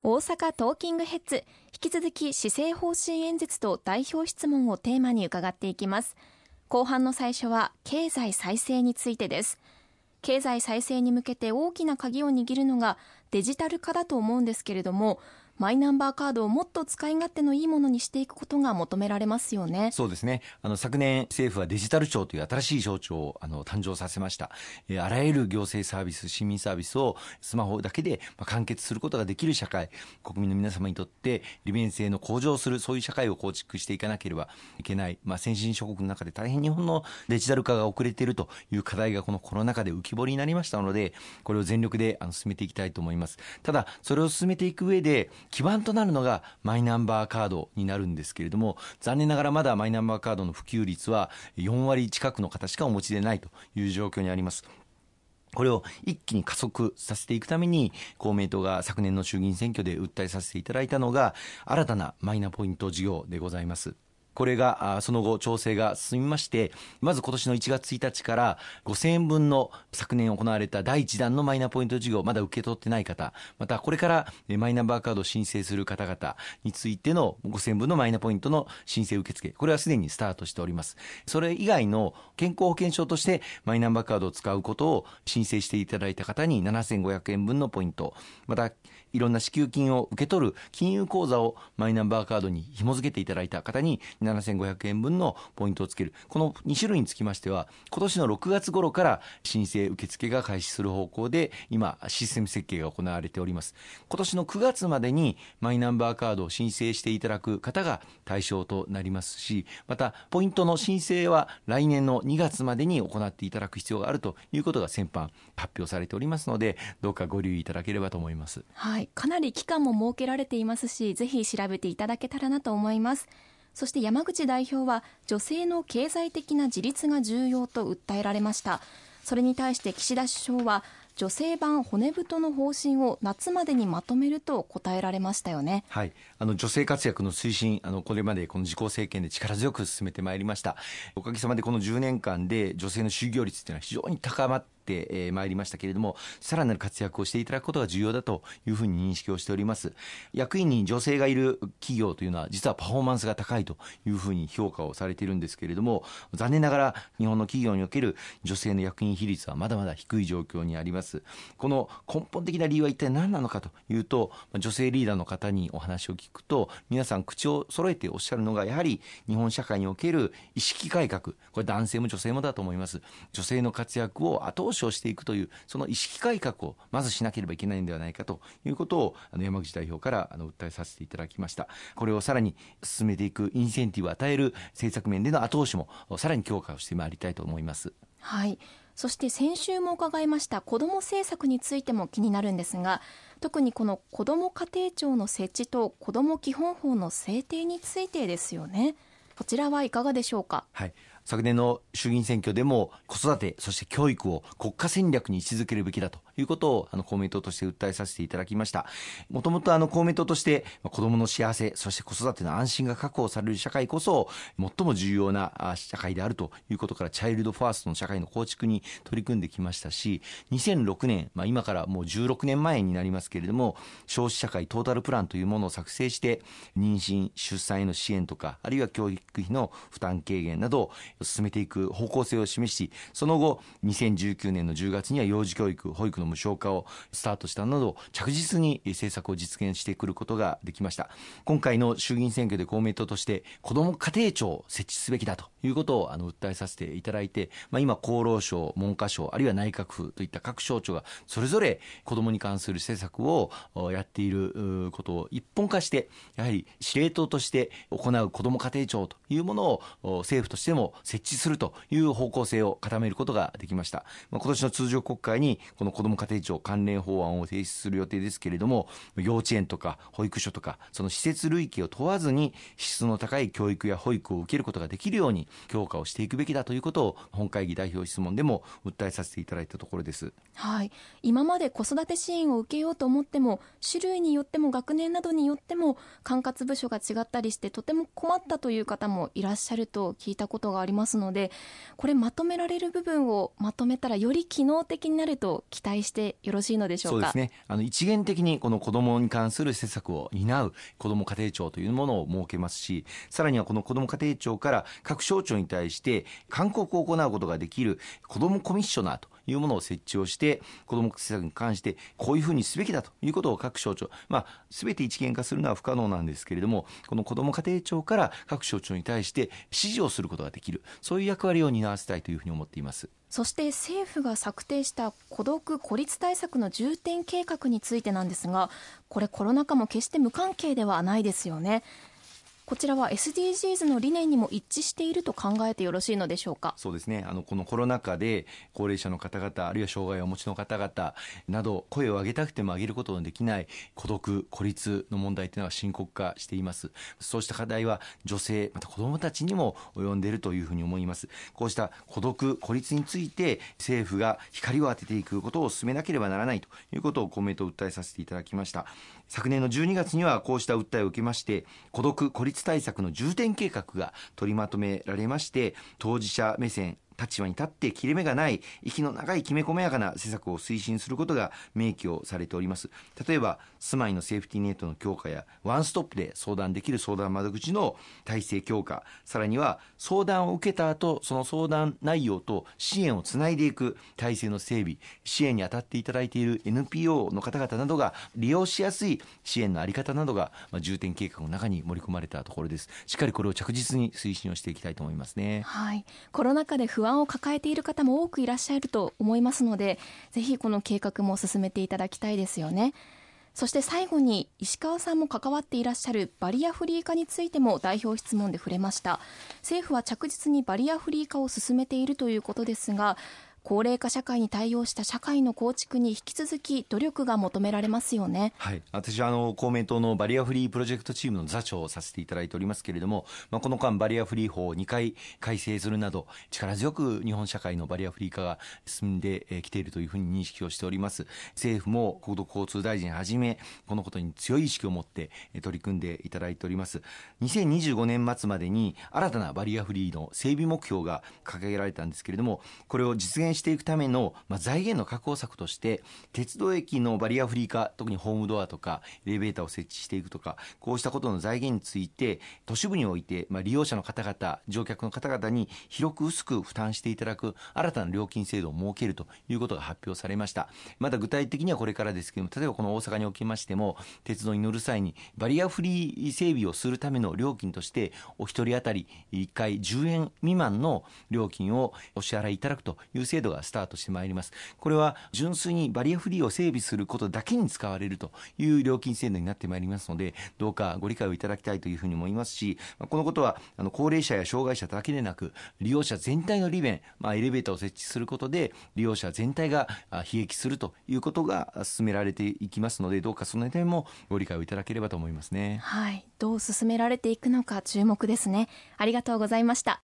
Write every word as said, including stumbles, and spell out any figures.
大阪トーキングヘッズ、引き続き施政方針演説と代表質問をテーマに伺っていきます。後半の最初は経済再生についてです。経済再生に向けて大きな鍵を握るのがデジタル化だと思うんですけれども、マイナンバーカードをもっと使い勝手のいいものにしていくことが求められますよね。 そうですね。あの昨年政府はデジタル庁という新しい省庁をあの誕生させました。えー、あらゆる行政サービス、市民サービスをスマホだけで、まあ、完結することができる社会、国民の皆様にとって利便性の向上する、そういう社会を構築していかなければいけない。まあ、先進諸国の中で大変日本のデジタル化が遅れているという課題がこのコロナ禍で浮き彫りになりましたので、これを全力であの進めていきたいと思います。ただそれを進めていく上で基盤となるのがマイナンバーカードになるんですけれども、残念ながらまだマイナンバーカードの普及率はよんわり近くの方しかお持ちでないという状況にあります。これを一気に加速させていくために、公明党が昨年の衆議院選挙で訴えさせていただいたのが新たなマイナポイント事業でございます。これがその後調整が進みまして、まず今年のいちがつついたちからごせんえんぶんの昨年行われただいいちだんのマイナポイント事業、まだ受け取ってない方、またこれからマイナンバーカードを申請する方々についてのごせんぶんのマイナポイントの申請受付、これはすでにスタートしております。それ以外の健康保険証としてマイナンバーカードを使うことを申請していただいた方にななせんごひゃくえんぶんのポイント、またいろんな支給金を受け取る金融口座をマイナンバーカードに紐付けていただいた方にななせんごひゃくえんぶんのポイントをつける。このに種類につきましては今年のろくがつ頃から申請受付が開始する方向で今システム設計が行われております。今年のくがつまでにマイナンバーカードを申請していただく方が対象となりますし、またポイントの申請は来年のにがつまでに行っていただく必要があるということが先般発表されておりますので、どうかご留意いただければと思います。 はい、かなり期間も設けられていますし、ぜひ調べていただけたらなと思います。そして山口代表は女性の経済的な自立が重要と訴えられました。それに対して岸田首相は女性版骨太の方針を夏までにまとめると答えられましたよね。 はい、あの女性活躍の推進、あのこれまでこの自公政権で力強く進めてまいりました。おかげさまでこのじゅうねんかんで女性の就業率というのは非常に高まってまいりましたけれども、さらなる活躍をしていただくことが重要だというふうに認識をしております。役員に女性がいる企業というのは実はパフォーマンスが高いというふうに評価をされているんですけれども、残念ながら日本の企業における女性の役員比率はまだまだ低い状況にあります。この根本的な理由は一体何なのかというと、女性リーダーの方にお話を聞くと皆さん口を揃えておっしゃるのが、やはり日本社会における意識改革、これ男性も女性もだと思います。女性の活躍を後押しをしていくというその意識改革をまずしなければいけないのではないかということをあの山口代表からあの訴えさせていただきました。これをさらに進めていくインセンティブを与える政策面での後押しもさらに強化をしてまいりたいと思います。 はい、そして先週も伺いました子ども政策についても気になるんですが、特にこの子ども家庭庁の設置と子ども基本法の制定についてですよね。こちらはいかがでしょうか。 はい、昨年の衆議院選挙でも子育てそして教育を国家戦略に位置づけるべきだということをあの公明党として訴えさせていただきました。もともとあの公明党として子どもの幸せそして子育ての安心が確保される社会こそ最も重要な社会であるということから、チャイルドファーストの社会の構築に取り組んできましたし、にせんろくねん、まあ、今からもうじゅうろくねんまえになりますけれども、少子社会トータルプランというものを作成して妊娠出産への支援とか、あるいは教育費の負担軽減などを進めていく方向性を示し、その後にせんじゅうきゅうねんのじゅうがつには幼児教育保育の無償化をスタートしたなど、着実に政策を実現してくることができました。今回の衆議院選挙で公明党として子ども家庭庁を設置すべきだということをあの訴えさせていただいて、まあ、今厚労省、文科省、あるいは内閣府といった各省庁がそれぞれ子どもに関する施策をやっていることを一本化して、やはり司令塔として行う子ども家庭庁というものを政府としても設置するという方向性を固めることができました。まあ、今年の通常国会にこの子ども家庭庁関連法案を提出する予定ですけれども、幼稚園とか保育所とかその施設類型を問わずに質の高い教育や保育を受けることができるように強化をしていくべきだということを本会議代表質問でも訴えさせていただいたところです。 はい、今まで子育て支援を受けようと思っても種類によっても学年などによっても管轄部署が違ったりしてとても困ったという方もいらっしゃると聞いたことがありますので、これまとめられる部分をまとめたらより機能的になると期待解してよろしいのでしょうか。 そうですね。あの一元的にこの子どもに関する施策を担う子ども家庭庁というものを設けますし、さらにはこの子ども家庭庁から各省庁に対して勧告を行うことができる子どもコミッショナーというものを設置をして、子ども施策に関してこういうふうにすべきだということを各省庁、まあ、全て一元化するのは不可能なんですけれども、この子ども家庭庁から各省庁に対して指示をすることができる、そういう役割を担わせたいというふうに思っています。 そして政府が策定した孤独・孤立対策の重点計画についてなんですが、これコロナ禍も決して無関係ではないですよね。こちらは エスディージーズ の理念にも一致していると考えてよろしいのでしょうか。 そうですね。あのこのコロナ禍で高齢者の方々、あるいは障害をお持ちの方々など、声を上げたくても上げることのできない孤独・孤立の問題というのは深刻化しています。そうした課題は女性、また子どもたちにも及んでいるというふうに思います。こうした孤独・孤立について政府が光を当てていくことを進めなければならないということを公明党訴えさせていただきました。昨年のじゅうにがつにはこうした訴えを受けまして、孤独・孤立対策の重点計画が取りまとめられまして、当事者目線、立場に立って切れ目がない息の長いきめ細やかな施策を推進することが明記をされております。例えば住まいのセーフティーネットの強化やワンストップで相談できる相談窓口の体制強化、さらには相談を受けた後その相談内容と支援をつないでいく体制の整備、支援に当たっていただいている エヌピーオー の方々などが利用しやすい支援のあり方などが重点計画の中に盛り込まれたところです。しっかりこれを着実に推進をしていきたいと思いますね。 はい、コロナ禍で不安を抱えている方も多くいらっしゃると思いますので、ぜひこの計画も進めていただきたいですよね。そして最後に石川さんも関わっていらっしゃるバリアフリー化についても代表質問で触れました。政府は着実にバリアフリー化を進めているということですが、高齢化社会に対応した社会の構築に引き続き努力が求められますよね。 はい、私はあの公明党のバリアフリープロジェクトチームの座長をさせていただいておりますけれども、まあ、この間バリアフリー法をにかい改正するなど力強く日本社会のバリアフリー化が進んできているというふうに認識をしております。政府も国土交通大臣はじめこのことに強い意識を持って取り組んでいただいております。にせんにじゅうごねん末までに新たなバリアフリーの整備目標が掲げられたんですけれども、これを実現していくための、まあ、財源の確保策として鉄道駅のバリアフリー化、特にホームドアとかエレベーターを設置していくとか、こうしたことの財源について都市部において、まあ、利用者の方々、乗客の方々に広く薄く負担していただく新たな料金制度を設けるということが発表されました。まだ具体的にはこれからですけども、例えばこの大阪におきましても鉄道に乗る際にバリアフリー整備をするための料金としてお一人当たりいっかいじゅうえん未満の料金をお支払いいただくという制度がスタートしてまいります。これは純粋にバリアフリーを整備することだけに使われるという料金制度になってまいりますので、どうかご理解をいただきたいというふうに思いますし、このことはあの高齢者や障害者だけでなく利用者全体の利便、まあ、エレベーターを設置することで利用者全体が裨益するということが進められていきますので、どうかその点もご理解をいただければと思いますね。 はい、どう進められていくのか注目ですね。ありがとうございました。